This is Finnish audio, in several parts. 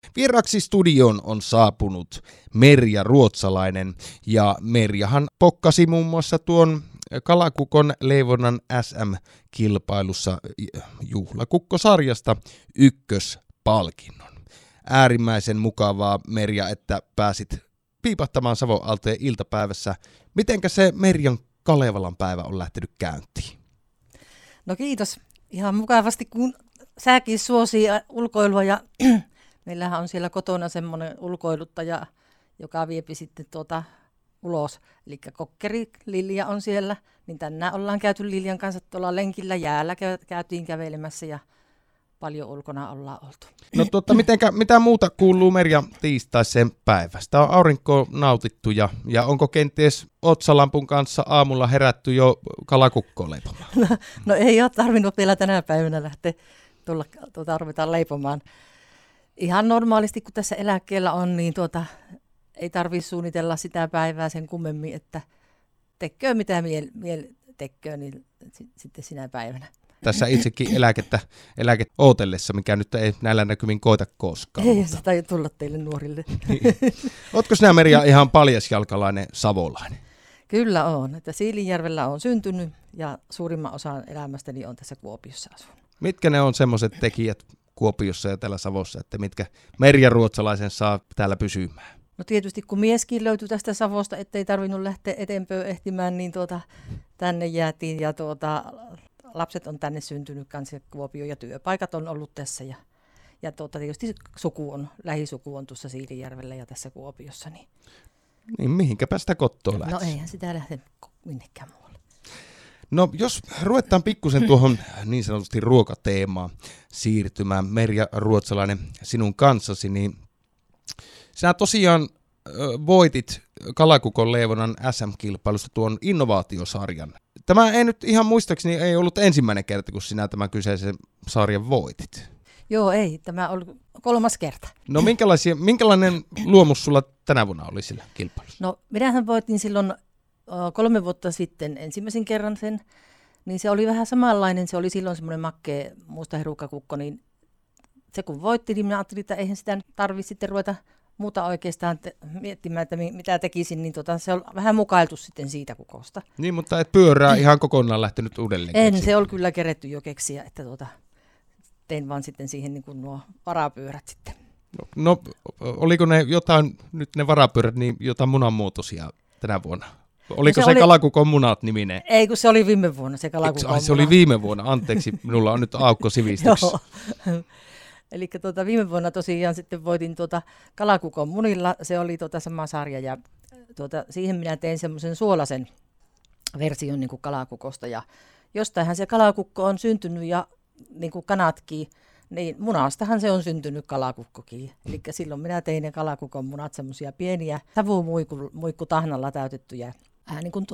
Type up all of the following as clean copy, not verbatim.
Vieraksi studioon on saapunut Merja Ruotsalainen, ja Merjahan pokkasi muun muassa tuon kalakukon leivonnan SM-kilpailussa juhlakukkosarjasta ykköspalkinnon. Äärimmäisen mukavaa, Merja, että pääsit piipahtamaan Savonalteen iltapäivässä. Mitenkä se Merjan Kalevalan päivä on lähtenyt käyntiin? No kiitos. Ihan mukavasti, kun sääkin suosii ulkoilua ja meillähän on siellä kotona semmoinen ulkoiluttaja, joka viepi sitten ulos. Eli kokkeri Lilja on siellä, niin tänään ollaan käyty Liljan kanssa tuolla lenkillä jäällä, käytiin kävelemässä ja paljon ulkona ollaan oltu. No mitä muuta kuuluu Merja tiistaiseen päivästä? On aurinko nautittu ja onko kenties otsalampun kanssa aamulla herätty jo kalakukkoon leipomaan? No ei ole tarvinnut vielä tänä päivänä lähteä ruvetaan leipomaan. Ihan normaalisti, kun tässä eläkkeellä on, niin ei tarvitse suunnitella sitä päivää sen kummemmin, että tekee mitä mieli tekee, niin sitten sinä päivänä. Tässä itsekin eläke ootellessa, mikä nyt ei näillä näkymin koita koskaan. Ei se tai tulla teille nuorille. Ootko sinä, Merja, ihan paljasjalkalainen savolainen? Kyllä on. Että Siilinjärvellä on syntynyt ja suurimman osan elämästäni on tässä Kuopiossa asunut. Mitkä ne on semmoiset tekijät Kuopiossa ja täällä Savossa, että mitkä Merja Ruotsalaisen saa täällä pysymään? No tietysti kun mieskin löytyi tästä Savosta, ettei tarvinnut lähteä eteenpäin ehtimään, niin tänne jäätiin ja lapset on tänne syntynyt kanssa Kuopioon ja työpaikat on ollut tässä ja tietysti lähisuku on tuossa Siilinjärvellä ja tässä Kuopiossa. Niin mihinkäpä sitä kotoa lähtisi? No eihän sitä lähde minnekään muualle. No jos ruvetaan pikkusen tuohon niin sanotusti ruokateemaan siirtymään, Merja Ruotsalainen, sinun kanssasi, niin sinä tosiaan voitit kalakukon leivonnan SM-kilpailusta tuon innovaatiosarjan. Tämä ei nyt ihan muistaakseni ei ollut ensimmäinen kerta, kun sinä tämän kyseisen sarjan voitit. Joo, ei. Tämä on 3. kerta. No minkälainen luomus sulla tänä vuonna oli sillä kilpailussa? No minähän voitin silloin 3 vuotta sitten ensimmäisen kerran sen, niin se oli vähän samanlainen. Se oli silloin semmoinen makkea mustaherukkakukko, niin se kun voitti, niin minä ajattelin, että eihän sitä tarvitse sitten ruveta muuta oikeastaan miettimään, että mitä tekisin, niin se on vähän mukailtu sitten siitä kukosta. Niin, mutta et pyörää ihan kokonaan lähtenyt uudelleen. En, se oli kyllä keretty jo keksiä, että tein vaan sitten siihen niin kuin nuo varapyörät sitten. No, oliko ne jotain, nyt ne varapyörät, niin jotain munanmuotoisia tänä vuonna? Oliko se kalakukon munat niminen? Ei, kun se oli viime vuonna se kalakukon munat. Se oli viime vuonna, anteeksi, minulla on nyt aukko sivistyksessä. Eli viime vuonna tosiaan sitten voitin kalakukon munilla, se oli sama sarja ja siihen minä tein semmoisen suolaisen version niin kuin kalakukosta ja jostainhan se kalakukko on syntynyt ja niin kuin kanatkin, niin munastahan se on syntynyt kalakukkokin. Eli silloin minä tein ne kalakukon munat semmoisia pieniä savumuikkutahnalla täytettyjä niin kuin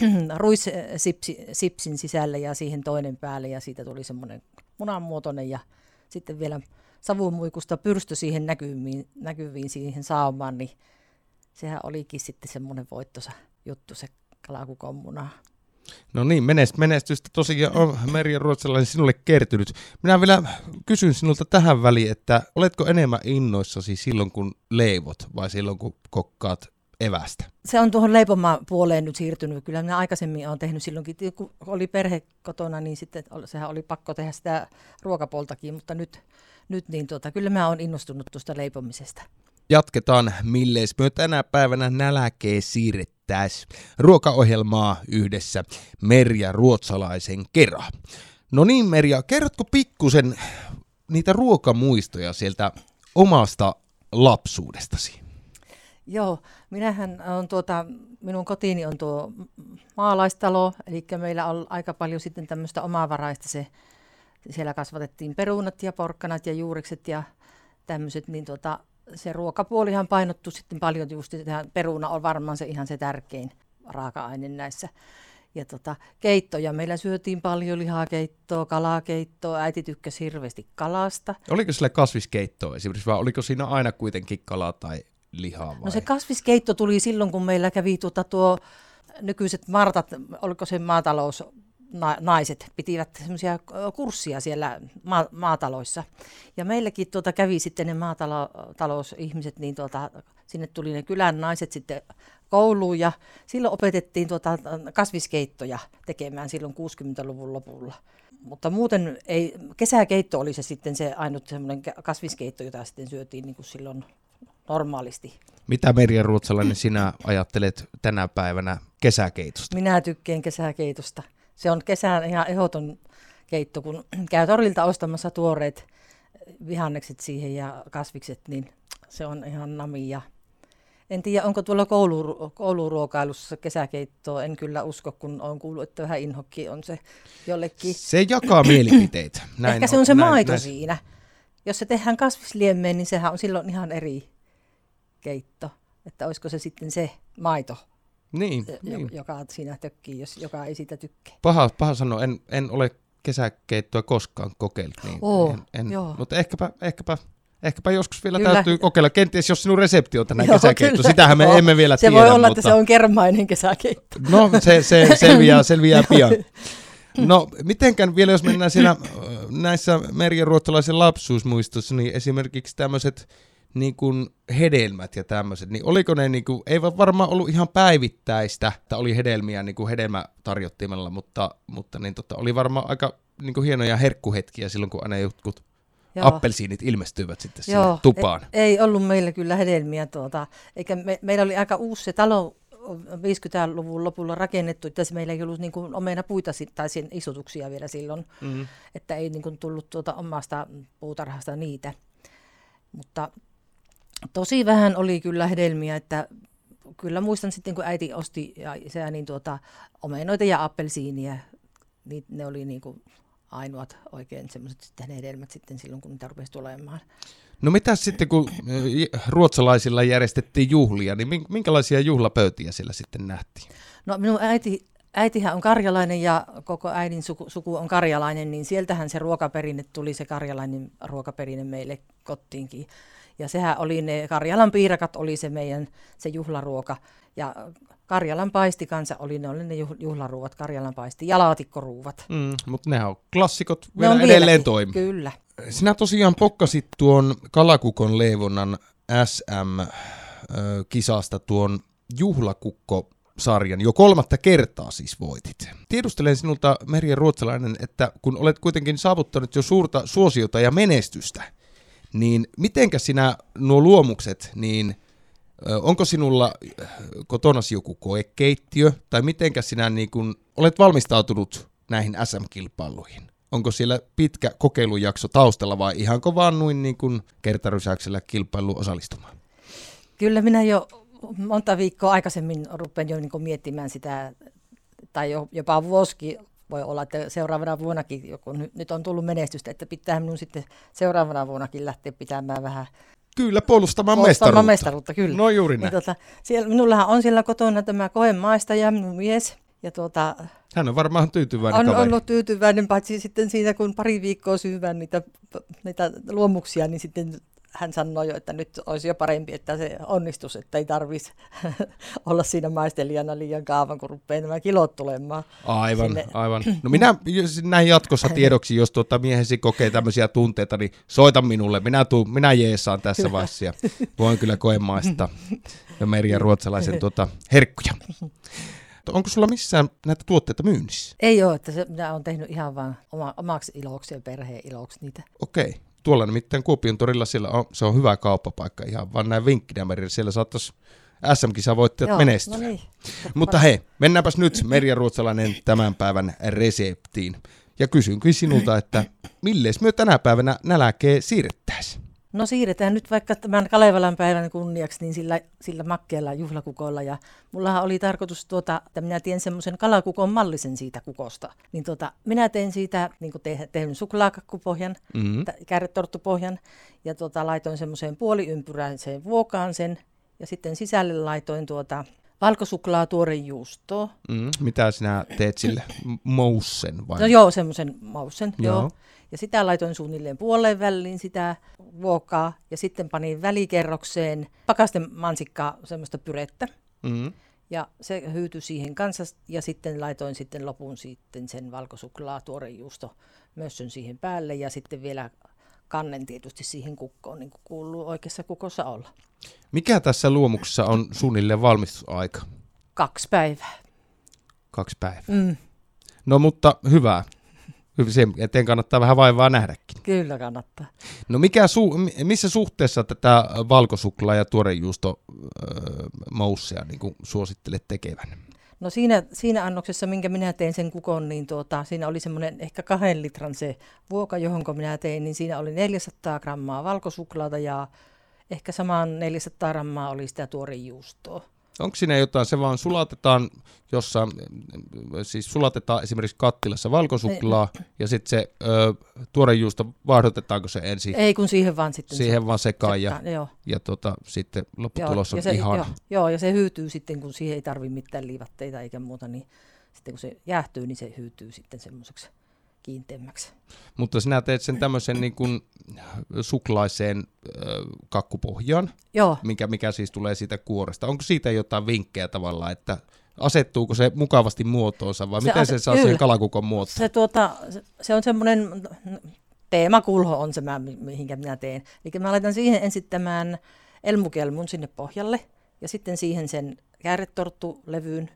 ruissipsin sisälle ja siihen toinen päälle ja siitä tuli semmoinen munanmuotoinen ja sitten vielä savumuikusta pyrstö siihen näkyviin siihen saumaan, niin sehän olikin sitten semmoinen voittosa juttu se kalakukon muna. No niin, menestystä tosiaan on Merja Ruotsalainen sinulle kertynyt. Minä vielä kysyn sinulta tähän väliin, että oletko enemmän innoissasi silloin kun leivot vai silloin kun kokkaat evästä? Se on tuohon leipomaan puoleen nyt siirtynyt. Kyllä minä aikaisemmin olen tehnyt silloinkin, kun oli perhe kotona, niin sitten sehän oli pakko tehdä sitä ruokapoltakin, mutta nyt niin kyllä mä olen innostunut tuosta leipomisesta. Jatketaan, milleis me tänä päivänä nälkeen siirrettäisiin ruokaohjelmaa yhdessä Merja Ruotsalaisen kerran. No niin, Merja, kerrotko pikkusen niitä ruokamuistoja sieltä omasta lapsuudestasi? Joo, minähän on minun kotiini on tuo maalaistalo, eli meillä on aika paljon sitten tämmöistä omavaraista siellä kasvatettiin perunat ja porkkanat ja juurekset ja tämmöiset, niin se ruokapuolihan painottuu sitten paljon just peruna on varmaan se ihan se tärkein raaka-aine näissä. Ja keittoja meillä syötiin paljon, lihakeittoa, kalakeittoa, äiti tykkäsi hirveästi kalasta. Oliko sillä kasviskeittoa esimerkiksi vai oliko siinä aina kuitenkin kalaa tai lihaa vai? No se kasviskeitto tuli silloin, kun meillä kävi tuo nykyiset martat, oliko se maatalous naiset pitivät semmoisia kurssia siellä maataloissa. Ja meilläkin kävi sitten ne maatalousihmiset, niin sinne tuli ne kylän naiset sitten kouluun ja silloin opetettiin kasviskeittoja tekemään silloin 60-luvun lopulla. Mutta muuten ei, kesäkeitto oli se sitten se ainut semmoinen kasviskeitto, jota sitten syötiin niin kuin silloin normaalisti. Mitä Merja Ruotsalainen sinä ajattelet tänä päivänä kesäkeitosta? Minä tykkään kesäkeitosta. Se on kesän ihan ehdoton keitto, kun käy torilta ostamassa tuoreet vihannekset siihen ja kasvikset, niin se on ihan namia. En tiedä, onko tuolla kouluruokailussa kesäkeittoa, en kyllä usko, kun olen kuullut, että vähän inhokki on se jollekin. Se jakaa mielipiteitä. Ehkä se on se maito siinä. Jos se tehdään kasvisliemeen, niin sehän on silloin ihan eri keitto. Että olisiko se sitten se maito, niin. joka siinä tökkii, jos joka ei siitä tykkää. Paha sanoa, en ole kesäkeittoa koskaan kokeillut. Niin mutta ehkäpä joskus vielä kyllä täytyy kokeilla. Kenties jos sinun resepti on tänään kesäkeitto. Kyllä. Sitähän me emme vielä tiedä. Se voi olla, että se on kermainen kesäkeitto. No se selviää pian. No mitenkään vielä, jos mennään siellä näissä Merja Ruotsalaisen lapsuusmuistossa, niin esimerkiksi tämmöiset niin kuin hedelmät ja tämmöiset, niin oliko ne, niin kuin, eivät varmaan ollut ihan päivittäistä, että oli hedelmiä niin kuin hedelmätarjottimella, mutta niin oli varmaan aika niin kuin hienoja herkkuhetkiä silloin, kun aina jotkut appelsiinit ilmestyivät sitten sinne tupaan. Ei ollut meillä kyllä hedelmiä, eikä meillä oli aika uusi se talo 50-luvun lopulla rakennettu, että meillä ei ollut niin kuin omenapuita tai sen istutuksia vielä silloin, että ei niin kuin tullut omasta puutarhasta niitä. Mutta tosi vähän oli kyllä hedelmiä, että kyllä muistan sitten, kun äiti osti niin omenoita ja appelsiiniä, niin ne oli niin kuin ainoat oikein semmoiset sitten hedelmät sitten silloin, kun niitä rupesi tulemaan. No mitäs sitten, kun ruotsalaisilla järjestettiin juhlia, niin minkälaisia juhlapöytiä siellä sitten nähtiin? No minun äitihän on karjalainen ja koko äidin suku on karjalainen, niin sieltähän se ruokaperinne tuli, se karjalainen ruokaperinne meille kotiinkin. Ja sehän oli ne Karjalan piirakat oli se meidän se juhlaruoka ja Karjalan paisti kanssa oli ne juhlaruuat, Karjalan paisti ja laatikkoruuvat. Mutta nehän on klassikot vielä edelleen toimii. Kyllä. Sinä tosiaan pokkasit tuon Kalakukon leivonnan SM-kisasta tuon juhlakukko-sarjan. Jo 3. kertaa siis voitit. Tiedustelen sinulta, Merja Ruotsalainen, että kun olet kuitenkin saavuttanut jo suurta suosiota ja menestystä, niin mitenkä sinä nuo luomukset, niin onko sinulla kotonasi joku koekeittiö, tai mitenkä sinä niin kun olet valmistautunut näihin SM-kilpailuihin? Onko siellä pitkä kokeilujakso taustalla vai ihanko vaan noin niin kuin kertarysäyksellä kilpailuun osallistumaan? Kyllä minä jo monta viikkoa aikaisemmin rupean jo niin kuin miettimään sitä, tai jopa vuosikin voi olla, että seuraavana vuonnakin, kun nyt on tullut menestystä, että pitää minun sitten seuraavana vuonnakin lähteä pitämään vähän. Kyllä, puolustamaan mestaruutta. Kyllä. No juuri näin. Minullahan on siellä kotona tämä koemaistaja, minun mies. Ja hän on varmaan tyytyväinen kaveri. On ollut tyytyväinen, paitsi sitten siinä, kun pari viikkoa syyvään niitä luomuksia, niin sitten hän sanoi jo, että nyt olisi jo parempi, että se onnistus, että ei tarvitsisi olla siinä maistelijana liian kauan, kun rupeaa nämä kilot tulemaan. Aivan. No minä näin jatkossa tiedoksi, jos miehesi kokee tämmöisiä tunteita, niin soita minulle. Minä jeesaan tässä vaiheessa ja voin kyllä koemaista Merja Ruotsalaisen herkkuja. Onko sulla missään näitä tuotteita myynnissä? Ei ole, että minä olen tehnyt ihan vaan omaksi iloksi ja perheen iloksi niitä. Okei. Tuolla nimittäin Kuopion torilla se on hyvä kauppapaikka, ihan vaan näin vinkkinä Merja, siellä saattaisi SM-kisavoittajat menestyä. No niin. Mutta hei, mennäänpäs nyt Merja Ruotsalainen tämän päivän reseptiin. Ja kysynkin sinulta, että millees me tänä päivänä nälkää siirrettäisiin? No siirretään nyt vaikka tämän Kalevalan päivän kunniaksi niin sillä makkeella juhlakukolla. Ja mullahan oli tarkoitus, että minä teen semmoisen kalakukon mallisen siitä kukosta. Niin minä tein siitä, niin kuin tein suklaakakkupohjan, kääretorttupohjan. Ja laitoin semmoiseen puoliympyräiseen vuokaan sen. Ja sitten sisälle laitoin valkosuklaa tuorejuustoa. Mitä sinä teet sille? Moussen vai? No joo, semmoisen moussen, joo. Ja sitä laitoin suunnilleen puoleen väliin sitä vuokaa ja sitten panin välikerrokseen pakastemansikkaa, semmoista pyrettä. Ja se hyytyi siihen kanssa ja sitten laitoin sitten lopun sitten sen valkosuklaa, tuorejuusto mössön siihen päälle ja sitten vielä kannen tietysti siihen kukkoon, niin kuin kuuluu oikeassa kukossa olla. Mikä tässä luomuksessa on suunnilleen valmistusaika? 2 päivää. 2 päivää. No mutta hyvä. Sen eteen kannattaa vähän vaivaa nähdäkin. Kyllä kannattaa. No missä suhteessa tätä valkosuklaa ja tuorejuusto moussea niin kuin suosittelet tekevän? No siinä annoksessa, minkä minä tein sen kukon, niin siinä oli semmoinen ehkä 2 litran se vuoka, johon minä tein, niin siinä oli 400 grammaa valkosuklaata ja ehkä samaan 400 grammaa oli sitä tuorejuustoa. Onko siinä jotain, se vaan sulatetaan sulatetaan esimerkiksi kattilassa valkosuklaa ja sitten se tuorejuusto vaahdotetaanko se ensin? Ei, kun siihen vaan sitten. Siihen vaan sekaan ja sitten lopputulos on ihana. Joo, ja se hyytyy sitten, kun siihen ei tarvitse mitään liivatteita eikä muuta, niin sitten kun se jäähtyy, niin se hyytyy sitten semmoiseksi kiinteämmäksi. Mutta sinä teet sen tämmöisen niin kuin suklaiseen kakkupohjaan, mikä siis tulee siitä kuoresta. Onko siitä jotain vinkkejä tavallaan, että asettuuko se mukavasti muotoonsa vai miten se saa siihen kalakukon muotoon? Se on semmoinen teemakulho on se, mihinkä minä teen. Eli mä laitan siihen ensin tämän elmukelmun sinne pohjalle ja sitten siihen sen kääretorttulevyyn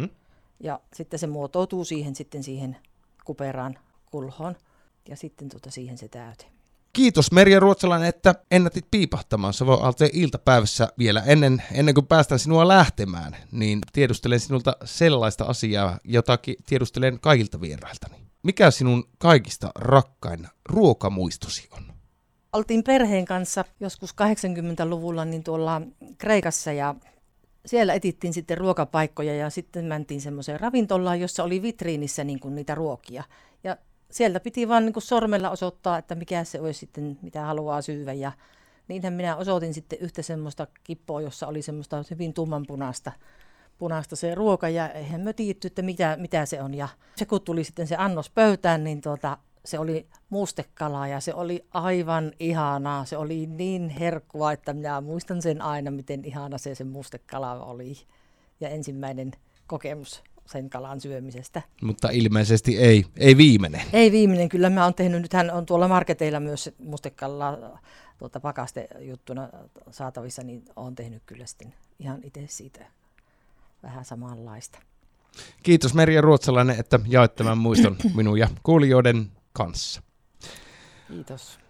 ja sitten se muotoutuu siihen kuperaan kulhoon ja sitten siihen se täyte. Kiitos Merja Ruotsalainen, että ennätit piipahtamaan Savo-Aaltojen iltapäivässä vielä ennen kuin päästään sinua lähtemään, niin tiedustelen sinulta sellaista asiaa, jota tiedustelen kaikilta vierailtani. Mikä sinun kaikista rakkain ruokamuistosi on? Oltiin perheen kanssa joskus 80-luvulla niin tuolla Kreikassa ja siellä etittiin sitten ruokapaikkoja ja sitten mentiin semmoiseen ravintolaan, jossa oli vitriinissä niin kuin niitä ruokia. Ja sieltä piti vaan niin kuin sormella osoittaa, että mikä se olisi sitten, mitä haluaa syödä. Ja niinhän minä osoitin sitten yhtä semmoista kippoa, jossa oli semmoista hyvin tummanpunaista se ruoka. Ja eihän me tiedetty, että mitä se on. Ja se kun tuli sitten se annos pöytään, niin se oli mustekala ja se oli aivan ihanaa. Se oli niin herkkua, että minä muistan sen aina, miten ihana se mustekala oli. Ja ensimmäinen kokemus sen kalan syömisestä. Mutta ilmeisesti ei viimeinen. Ei viimeinen, kyllä mä oon tehnyt, nythän on tuolla marketeilla myös mustekalaa pakastejuttuna saatavissa, niin oon tehnyt kyllä sitten ihan itse siitä vähän samanlaista. Kiitos Merja Ruotsalainen, että jaet tämän muiston minun ja kuulijoiden kanssa. Kiitos.